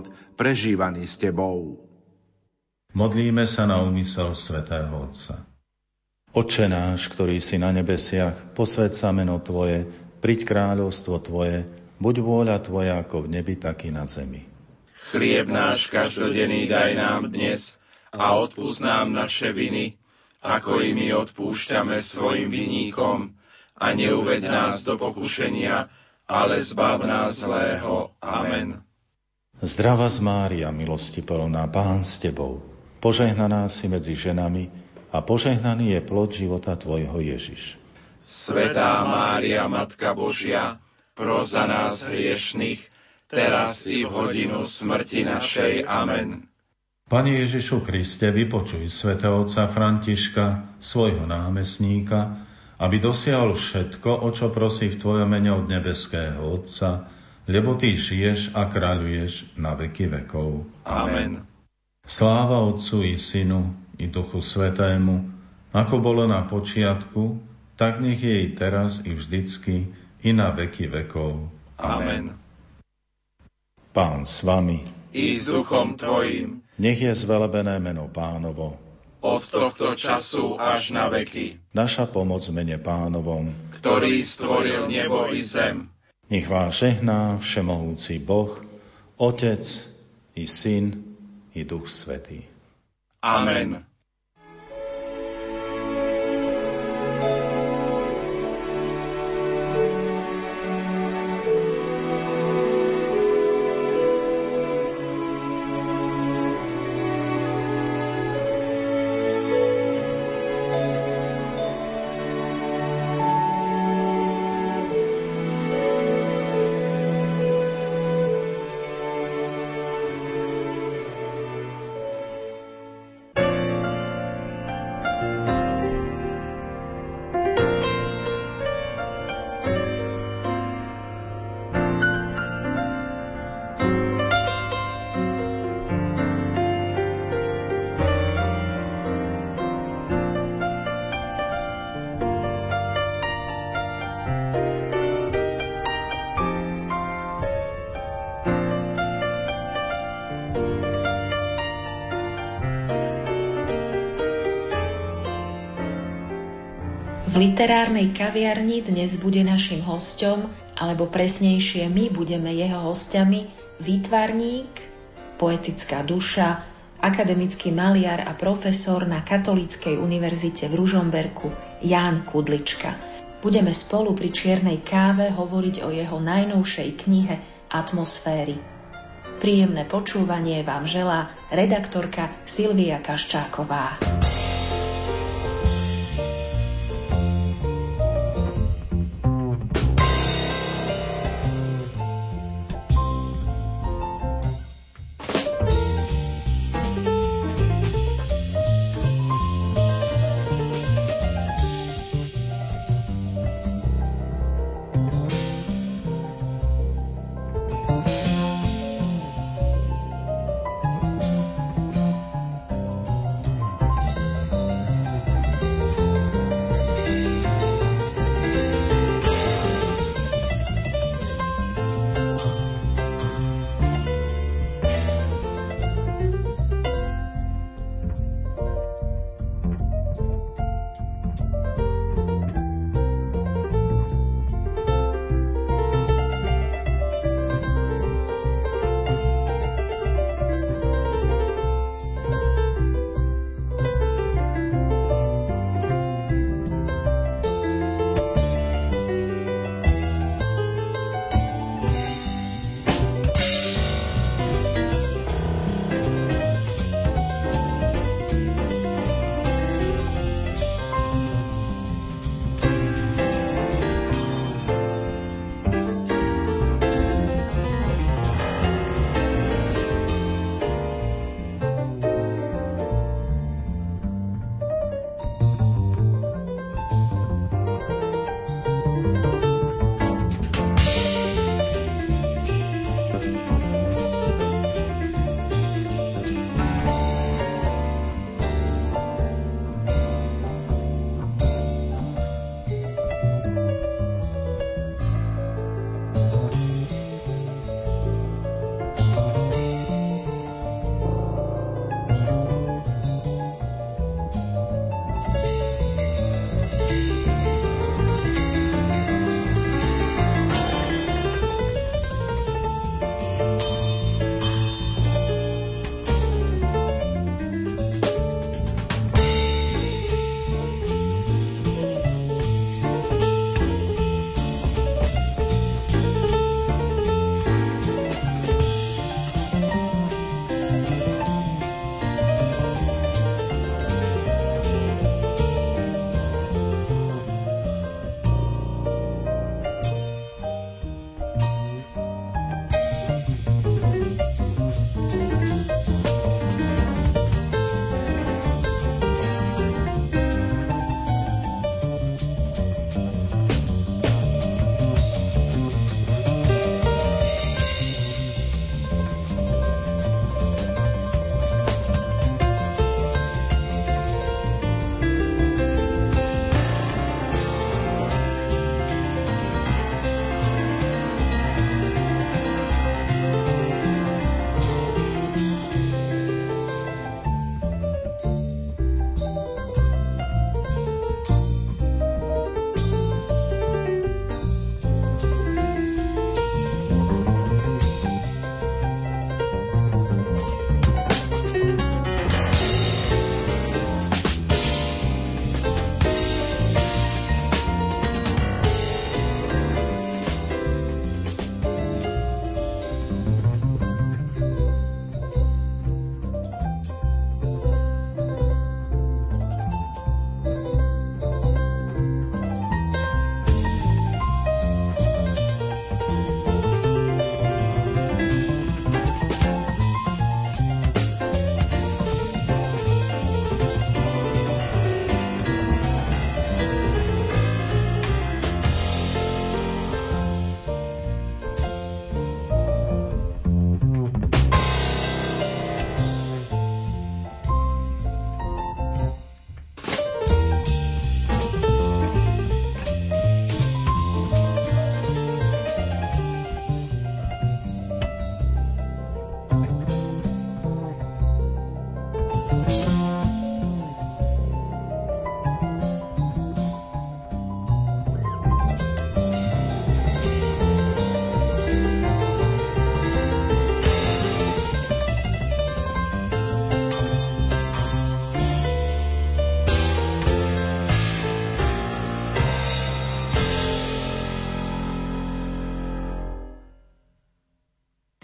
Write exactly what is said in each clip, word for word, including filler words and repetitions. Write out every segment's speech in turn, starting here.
život prežívaný s tebou. Modlíme sa na úmysel svätého Otca. Otče náš, ktorý si na nebesiach, posväť sa meno Tvoje, príď kráľovstvo Tvoje, buď vôľa Tvoja ako v nebi, tak i na zemi. Chlieb náš každodenný daj nám dnes a odpusť nám naše viny, ako i my odpúšťame svojim vinníkom, a neuveď nás do pokušenia, ale zbav nás zlého. Amen. Zdravá Mária, milosti plná, Pán s Tebou, požehnaná si medzi ženami a požehnaný je plod života Tvojho Ježiš. Svätá Mária, Matka Božia, pros za nás hriešnych, teraz i v hodinu smrti našej. Amen. Pane Ježišu Kriste, vypočuj svätého otca Františka, svojho námestníka, aby dosiahol všetko, o čo prosí v Tvojom mene od nebeského Otca, lebo Ty žiješ a kráľuješ na veky vekov. Amen. Sláva Otcu i Synu i Duchu Svätému, ako bolo na počiatku, tak nech je i teraz i vždycky i na veky vekov. Amen. Pán s vami. I s duchom tvojim. Nech je zvelebené meno Pánovo. Od tohto času až na veky. Naša pomoc v mene Pánovom, ktorý stvoril nebo i zem. Nech vás žehná všemohúci Boh, Otec i Syn i Duch Svätý. Amen. V literárnej kaviarni dnes bude našim hosťom, alebo presnejšie my budeme jeho hosťami, výtvarník, poetická duša, akademický maliar a profesor na Katolíckej univerzite v Ružomberku Ján Kudlička. Budeme spolu pri čiernej káve hovoriť o jeho najnovšej knihe Atmosféry. Príjemné počúvanie vám želá redaktorka Silvia Kaščáková.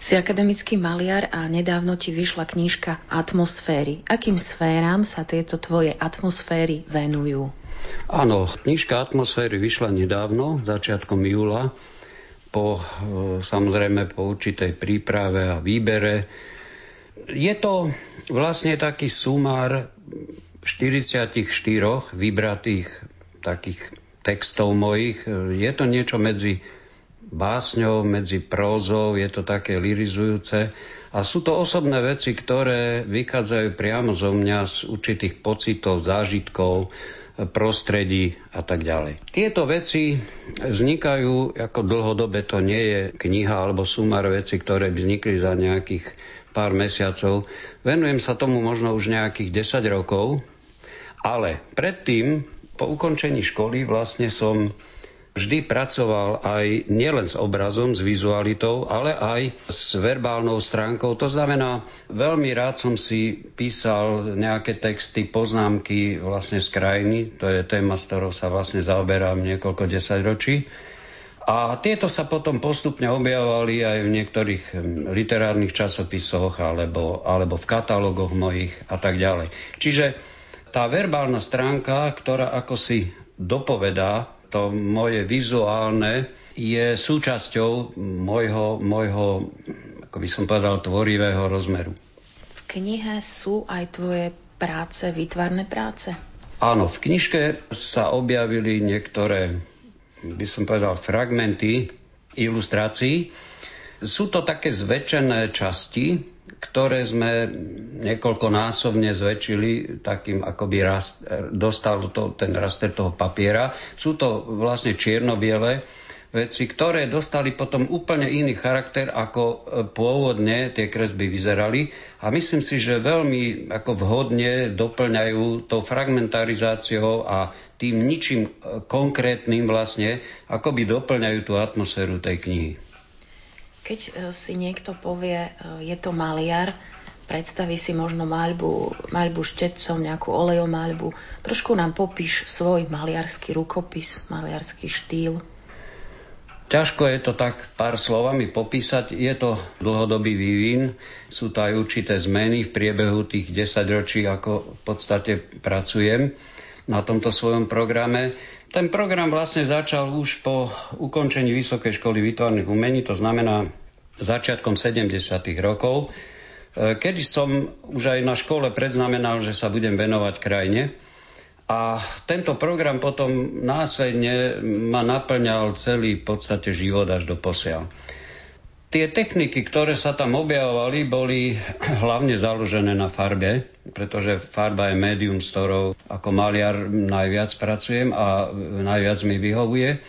Si akademický maliar a nedávno ti vyšla knižka Atmosféry. Akým sféram sa tieto tvoje atmosféry venujú? Áno, knižka Atmosféry vyšla nedávno, začiatkom júla, po, samozrejme po určitej príprave a výbere. Je to vlastne taký sumár štyridsaťštyri vybratých takých textov mojich. Je to niečo medzi básňou, medzi prózou, je to také lyrizujúce a sú to osobné veci, ktoré vychádzajú priamo zo mňa z určitých pocitov, zážitkov, prostredí a tak ďalej. Tieto veci vznikajú ako dlhodobé, to nie je kniha alebo sumár veci, ktoré by vznikli za nejakých pár mesiacov. Venujem sa tomu možno už nejakých desať rokov, ale predtým, po ukončení školy, vlastne som vždy pracoval aj nielen s obrazom, s vizualitou, ale aj s verbálnou stránkou. To znamená, veľmi rád som si písal nejaké texty, poznámky vlastne z krajiny. To je téma, s ktorou sa vlastne zaoberám niekoľko desaťročí. A tieto sa potom postupne objavovali aj v niektorých literárnych časopisoch alebo, alebo v katalógoch mojich a tak ďalej. Čiže tá verbálna stránka, ktorá ako si dopovedá to moje vizuálne, je súčasťou môjho, môjho, ako by som povedal, tvorivého rozmeru. V knihe sú aj tvoje práce, výtvarné práce? Áno, v knižke sa objavili niektoré, by som povedal, fragmenty ilustrácií. Sú to také zväčšené časti, ktoré sme niekoľkonásobne zväčšili, takým akoby rast, dostal to, ten raster toho papiera. Sú to vlastne čierno-biele veci, ktoré dostali potom úplne iný charakter, ako pôvodne tie kresby vyzerali. A myslím si, že veľmi ako vhodne doplňajú tou fragmentarizáciou a tým ničím konkrétnym vlastne, akoby doplňajú tú atmosféru tej knihy. Keď si niekto povie, je to maliar, predstaví si možno maľbu, maľbu štetcom, nejakú olejomaľbu. Trošku nám popíš svoj maliarský rukopis, maliarský štýl. Ťažko je to tak pár slovami popísať. Je to dlhodobý vývin. Sú to aj určité zmeny v priebehu tých desaťročí, ako v podstate pracujem na tomto svojom programe. Ten program vlastne začal už po ukončení Vysokej školy výtvarných umení, to znamená začiatkom sedemdesiatych rokov, kedy som už aj na škole predznamenal, že sa budem venovať krajine. A tento program potom následne ma naplňal celý v podstate život až do posiaľ. Tie techniky, ktoré sa tam objavovali, boli hlavne založené na farbe, pretože farba je médium, s ktorou ako maliar najviac pracujem a najviac mi vyhovuje.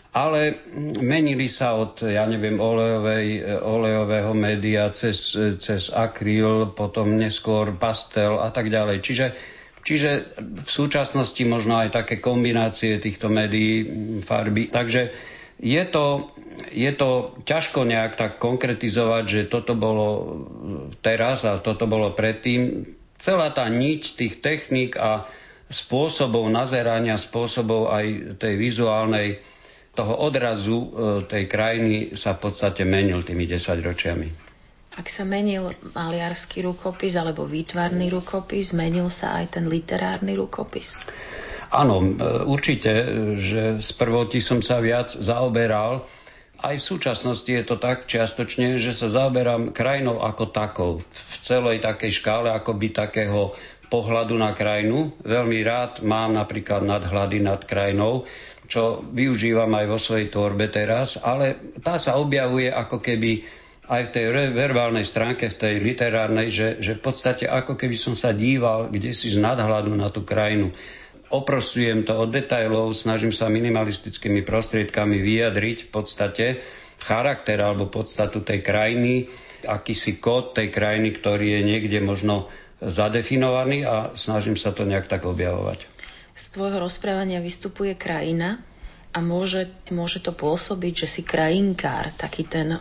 Ale menili sa od, ja neviem, olejovej, olejového média cez, cez akryl, potom neskôr pastel a tak ďalej. Čiže, čiže v súčasnosti možno aj také kombinácie týchto médií, farby. Takže Je to, je to ťažko nejak tak konkretizovať, že toto bolo teraz a toto bolo predtým. Celá tá niť tých techník a spôsobov nazerania, spôsobov aj tej vizuálnej, toho odrazu tej krajiny sa v podstate menil tými desaťročiami. Ak sa menil maliarsky rukopis alebo výtvarný rukopis, menil sa aj ten literárny rukopis? Áno, určite, že z prvotí som sa viac zaoberal. Aj v súčasnosti je to tak čiastočne, že sa zaoberám krajinou ako takou. V celej takej škále akoby takého pohľadu na krajinu. Veľmi rád mám napríklad nadhľady nad krajinou, čo využívam aj vo svojej tvorbe teraz, ale tá sa objavuje ako keby aj v tej verbálnej stránke, v tej literárnej, že, že v podstate ako keby som sa díval kdesi z nadhľadu na tú krajinu. Oprostujem to od detailov, snažím sa minimalistickými prostriedkami vyjadriť v podstate charakter alebo podstatu tej krajiny, akýsi kód tej krajiny, ktorý je niekde možno zadefinovaný a snažím sa to nejak tak objavovať. Z tvojho rozprávania vystupuje krajina a môže, môže to pôsobiť, že si krajinkár, taký ten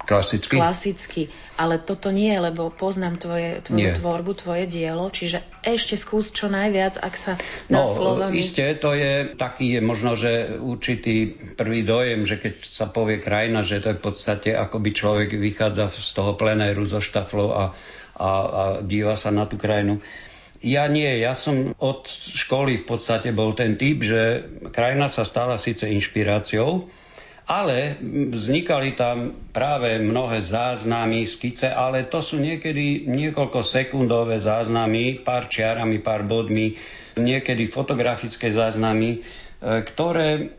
Klasicky? Klasicky. Ale toto nie, lebo poznám tvoje, tvoju nie. tvorbu, tvoje dielo, čiže ešte skús čo najviac, ak sa dá no, slovami... Isté, to je taký, je možno, že určitý prvý dojem, že keď sa povie krajina, že to je v podstate, ako by človek vychádza z toho plenéru zo štaflov a, a, a díva sa na tú krajinu. Ja nie, ja som od školy v podstate bol ten typ, že krajina sa stala síce inšpiráciou, ale vznikali tam práve mnohé záznamy, skice, ale to sú niekedy niekoľko sekundové záznamy, pár čiarami, pár bodmi, niekedy fotografické záznamy, ktoré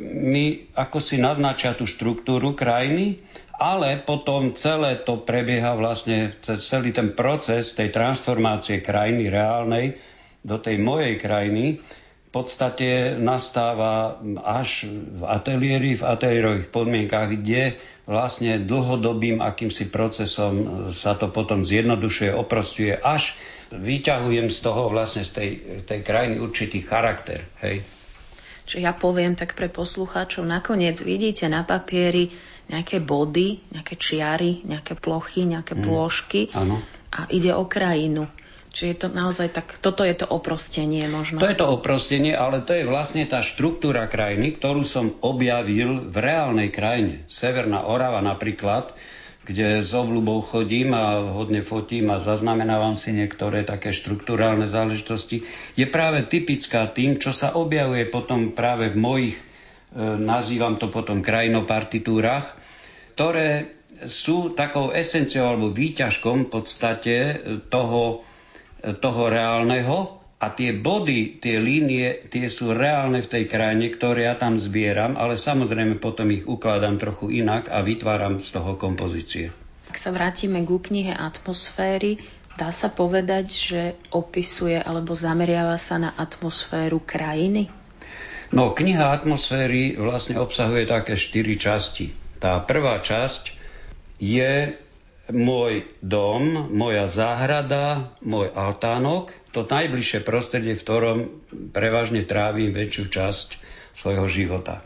mi ako si naznačia tú štruktúru krajiny, ale potom celé to prebieha vlastne, celý ten proces tej transformácie krajiny reálnej do tej mojej krajiny, v podstate nastáva až v ateliéri, v ateliérových podmienkach, kde vlastne dlhodobým akýmsi procesom sa to potom zjednodušuje, oprostuje, až vyťahujem z toho vlastne z tej, tej krajiny určitý charakter. Hej. Čo ja poviem tak pre poslucháčov, nakoniec vidíte na papieri nejaké body, nejaké čiary, nejaké plochy, nejaké plôžky mm, a ide o krajinu. Čiže je to naozaj tak, toto je to oprostenie možno. To je to oprostenie, ale to je vlastne tá štruktúra krajiny, ktorú som objavil v reálnej krajine. Severná Orava napríklad, kde s obľubou chodím a hodne fotím a zaznamenávam si niektoré také štruktúrálne záležitosti, je práve typická tým, čo sa objavuje potom práve v mojich, e, nazývam to potom krajinopartitúrach, ktoré sú takou esenciou alebo výťažkom v podstate toho toho reálneho a tie body, tie línie, tie sú reálne v tej krajine, ktoré ja tam zbieram, ale samozrejme potom ich ukladám trochu inak a vytváram z toho kompozície. Ak sa vrátime ku knihe Atmosféry, dá sa povedať, že opisuje alebo zameriava sa na atmosféru krajiny? No, kniha Atmosféry vlastne obsahuje také štyri časti. Tá prvá časť je môj dom, moja záhrada, môj altánok, to najbližšie prostredie, v ktorom prevažne trávim väčšiu časť svojho života.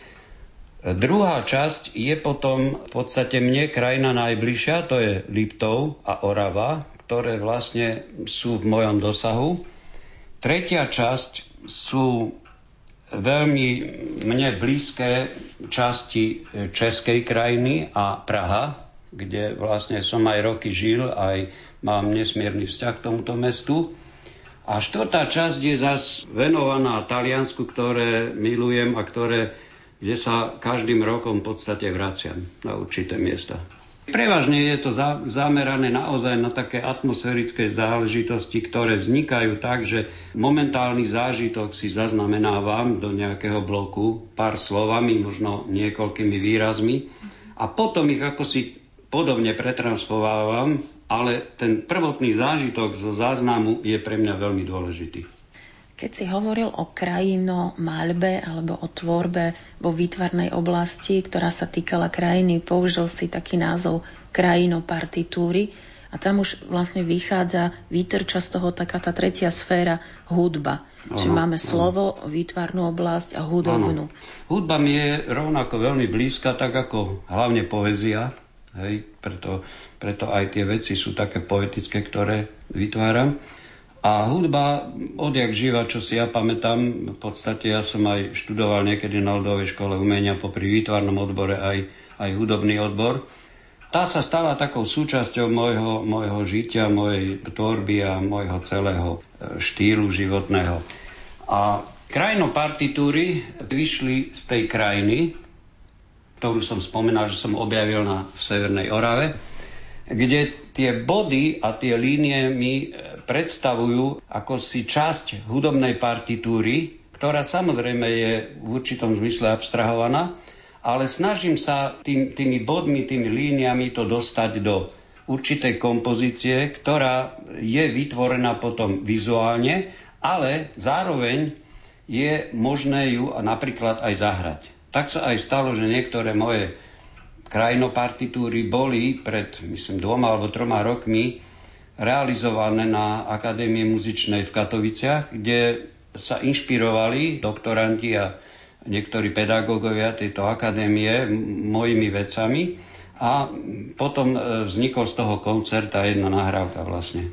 Druhá časť je potom v podstate mne krajina najbližšia, to je Liptov a Orava, ktoré vlastne sú v mojom dosahu. Tretia časť sú veľmi mne blízke časti českej krajiny a Praha, kde vlastne som aj roky žil, aj mám nesmierny vzťah k tomuto mestu. A štvrtá časť je zas venovaná Taliansku, ktoré milujem a ktoré, kde sa každým rokom v podstate vraciam na určité miesta. Prevažne je to za, zamerané naozaj na také atmosférické záležitosti, ktoré vznikajú tak, že momentálny zážitok si zaznamenávam do nejakého bloku pár slovami, možno niekoľkými výrazmi a potom ich ako si podobne pretransformávam, ale ten prvotný zážitok zo záznamu je pre mňa veľmi dôležitý. Keď si hovoril o krajinomaľbe alebo o tvorbe vo výtvarnej oblasti, ktorá sa týkala krajiny, použil si taký názov krajinopartitúry a tam už vlastne vychádza, výtrča z toho taká tá tretia sféra hudba. Aha, že máme slovo, aha. výtvarnú oblasť a hudobnú. Aha. Hudba mi je rovnako veľmi blízka, tak ako hlavne poézia. Hej, preto, preto aj tie veci sú také poetické, ktoré vytváram. A hudba, odjak živa, čo si ja pamätám, v podstate ja som aj študoval niekedy na ľudovej škole umenia, popri výtvarnom odbore aj, aj hudobný odbor. Tá sa stala takou súčasťou môjho, môjho žitia, mojej tvorby a môjho celého štýlu životného. A krajinopartitúry vyšli z tej krajiny, ktorú som spomínal, že som objavil na Severnej Orave, kde tie body a tie línie mi predstavujú ako si časť hudobnej partitúry, ktorá samozrejme je v určitom zmysle abstrahovaná, ale snažím sa tým, tými bodmi, tými líniami to dostať do určitej kompozície, ktorá je vytvorená potom vizuálne, ale zároveň je možné ju napríklad aj zahrať. Tak sa aj stalo, že niektoré moje krajinopartitúry boli pred, myslím, dvoma alebo troma rokmi realizované na Akadémie muzičnej v Katoviciach, kde sa inšpirovali doktoranti a niektorí pedagógovia tejto akadémie mojimi vecami A potom vznikol z toho koncert a jedna nahrávka vlastne.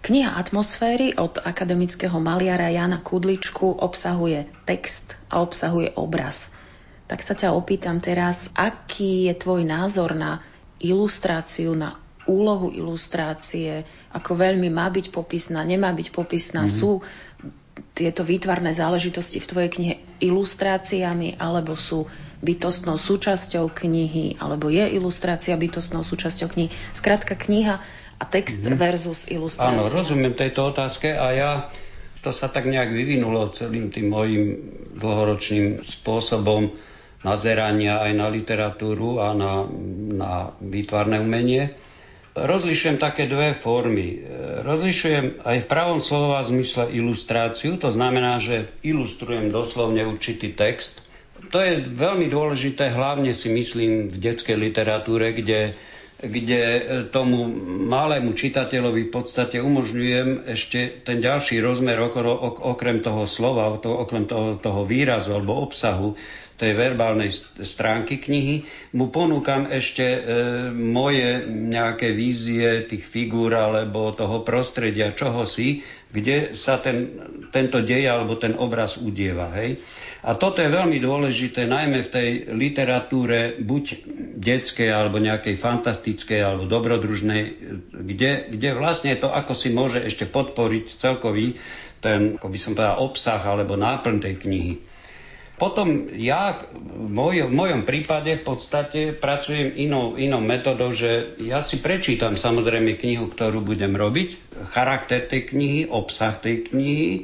Kniha Atmosféry od akademického maliara Jána Kudličku obsahuje text a obsahuje obraz. Tak sa ťa opýtam teraz, aký je tvoj názor na ilustráciu, na úlohu ilustrácie, ako veľmi má byť popisná, nemá byť popisná, mm-hmm. sú tieto výtvarné záležitosti v tvojej knihe ilustráciami, alebo sú bytostnou súčasťou knihy, alebo je ilustrácia bytostnou súčasťou knihy. Skrátka kniha a text mm-hmm. versus ilustrácia. Áno, rozumiem tejto otázke a ja, to sa tak nejak vyvinulo celým tým mojim dlhoročným spôsobom nazerania aj na literatúru a na, na výtvarné umenie. Rozlišujem také dve formy. Rozlišujem aj v pravom slova zmysle ilustráciu, to znamená, že ilustrujem doslovne určitý text. To je veľmi dôležité, hlavne si myslím v detskej literatúre, kde, kde tomu malému čitateľovi v podstate umožňujem ešte ten ďalší rozmer okolo, okrem toho slova, okrem toho, toho výrazu alebo obsahu tej verbálnej stránky knihy, mu ponúkam ešte e, moje nejaké vízie tých figúr alebo toho prostredia, čohosi, kde sa ten, tento dej alebo ten obraz udieva. Hej? A toto je veľmi dôležité, najmä v tej literatúre, buď detskej, alebo nejakej fantastickej, alebo dobrodružnej, kde, kde vlastne to ako si môže ešte podporiť celkový ten, ako by som povedal, obsah alebo náplň tej knihy. Potom ja v, moj, v mojom prípade v podstate pracujem inou, inou metodou, že ja si prečítam samozrejme knihu, ktorú budem robiť, charakter tej knihy, obsah tej knihy,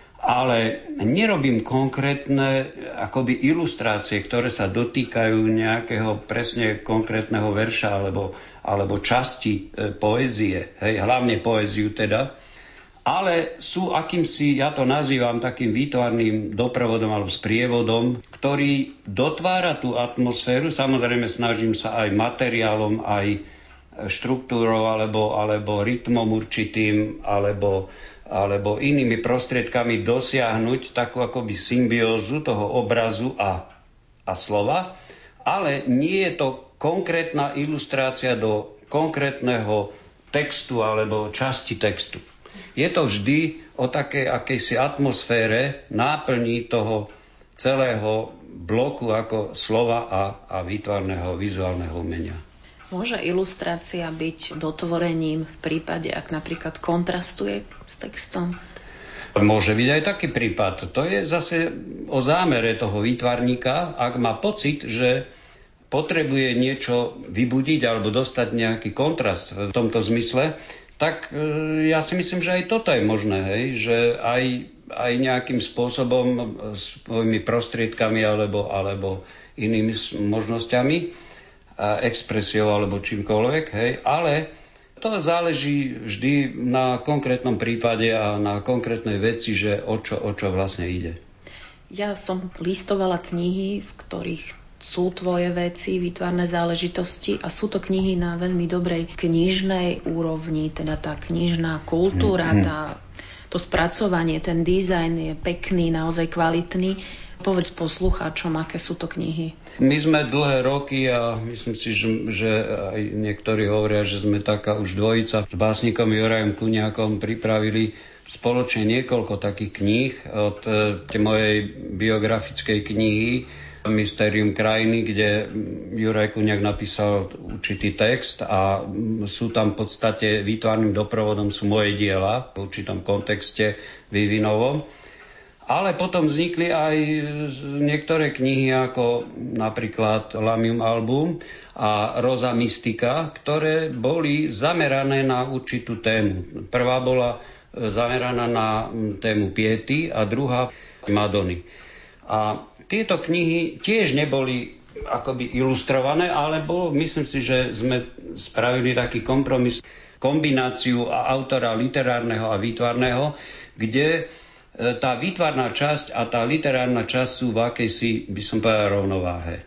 ale nerobím konkrétne akoby ilustrácie, ktoré sa dotýkajú nejakého presne konkrétneho verša alebo, alebo časti e, poézie, hej, hlavne poéziu teda, ale sú akýmsi, ja to nazývam takým výtvarným doprovodom alebo sprievodom, ktorý dotvára tú atmosféru, samozrejme snažím sa aj materiálom, aj štruktúrou alebo, alebo rytmom určitým, alebo alebo inými prostriedkami dosiahnuť takú akoby symbiózu toho obrazu a, a slova, ale nie je to konkrétna ilustrácia do konkrétneho textu alebo časti textu. Je to vždy o takej akejsi atmosfére, náplní toho celého bloku ako slova a, a výtvarného vizuálneho umenia. Môže ilustrácia byť dotvorením v prípade, ak napríklad kontrastuje s textom? Môže byť aj taký prípad. To je zase o zámere toho výtvarníka, ak má pocit, že potrebuje niečo vybudiť alebo dostať nejaký kontrast v tomto zmysle, tak ja si myslím, že aj toto je možné, hej? Že aj, aj nejakým spôsobom, svojimi prostriedkami alebo, alebo inými možnosťami, expresiou alebo čímkoľvek, hej, ale to záleží vždy na konkrétnom prípade a na konkrétnej veci, že o čo, o čo vlastne ide. Ja som listovala knihy, v ktorých sú tvoje veci, výtvarné záležitosti a sú to knihy na veľmi dobrej knižnej úrovni, teda tá knižná kultúra, mm-hmm. tá, to spracovanie, ten dizajn je pekný, naozaj kvalitný. Povedz poslucháčom, aké sú to knihy. My sme dlhé roky a myslím si, že, že aj niektorí hovoria, že sme taká už dvojica s básnikom Jurajom Kuňákom pripravili spoločne niekoľko takých kníh od tej mojej biografickej knihy Mystérium krajiny, kde Juraj Kuňák napísal určitý text a sú tam v podstate výtvarným doprovodom sú moje diela v určitom kontexte vývinovom. Ale potom vznikli aj niektoré knihy, ako napríklad Lamium album a Rosa mystica, ktoré boli zamerané na určitú tému. Prvá bola zameraná na tému piety a druhá Madony. A tieto knihy tiež neboli akoby ilustrované, ale bolo, myslím si, že sme spravili taký kompromis, kombináciu autora literárneho a výtvarného, kde tá výtvarná časť a tá literárna časť sú v akejsi, by som povedal, rovnováhe.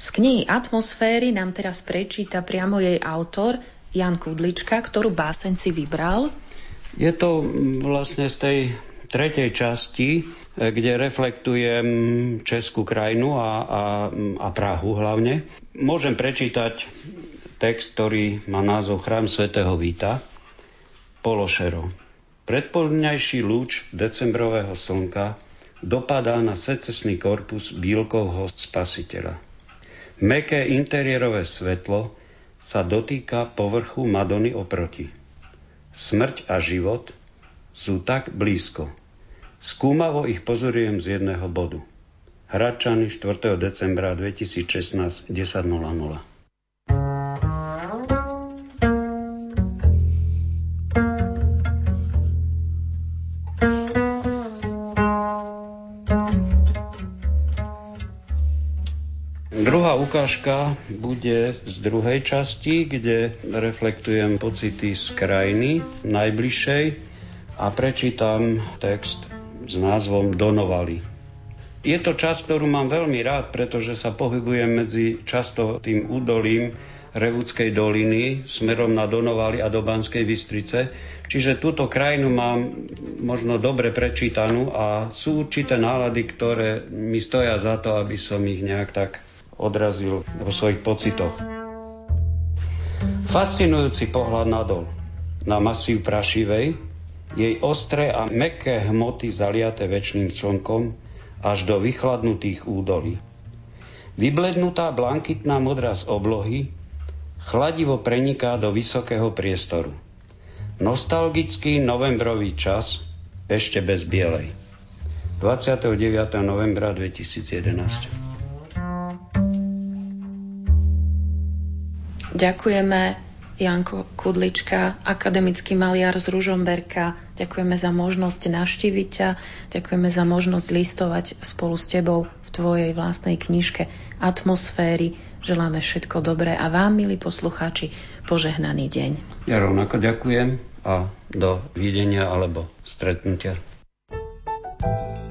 Z knihy Atmosféry nám teraz prečíta priamo jej autor Jan Kudlička, ktorú báseň si vybral. Je to vlastne z tej tretej časti, kde reflektujem českú krajinu a, a, a Prahu hlavne. Môžem prečítať text, ktorý má názov Chrám svätého Víta. Pološero. Predpoludňajší lúč decembrového slnka dopadá na secesný korpus Bílkovho Spasiteľa. Mäkké interiérové svetlo sa dotýka povrchu Madony oproti. Smrť a život sú tak blízko. Skúmavo ich pozorujem z jedného bodu. Hradčany štvrtého decembra dvetisícšestnásť desať nula nula. Druhá ukážka bude z druhej časti, kde reflektujem pocity z krajiny najbližšej a prečítam text s názvom Donovali. Je to časť, ktorú mám veľmi rád, pretože sa pohybujem medzi často tým údolím Revúdskej doliny smerom na Donovali a do Banskej Bystrice. Čiže túto krajinu mám možno dobre prečítanú a sú určité nálady, ktoré mi stoja za to, aby som ich nejak tak odrazil vo svojich pocitoch. Fascinujúci pohľad nadol, na masív Prašivej, jej ostré a mäkké hmoty zaliaté večným slnkom až do vychladnutých údolí. Vyblednutá blankitná modrá z oblohy chladivo preniká do vysokého priestoru. Nostalgický novembrový čas ešte bez bielej. dvadsiateho deviateho novembra dvetisícjedenásť. Ďakujeme, Janko Kudlička, akademický maliar z Ružomberka. Ďakujeme za možnosť navštíviť ťa. Ďakujeme za možnosť listovať spolu s tebou v tvojej vlastnej knižke Atmosféry. Želáme všetko dobré a vám, milí poslucháči, požehnaný deň. Ja rovnako ďakujem a do videnia alebo stretnutia.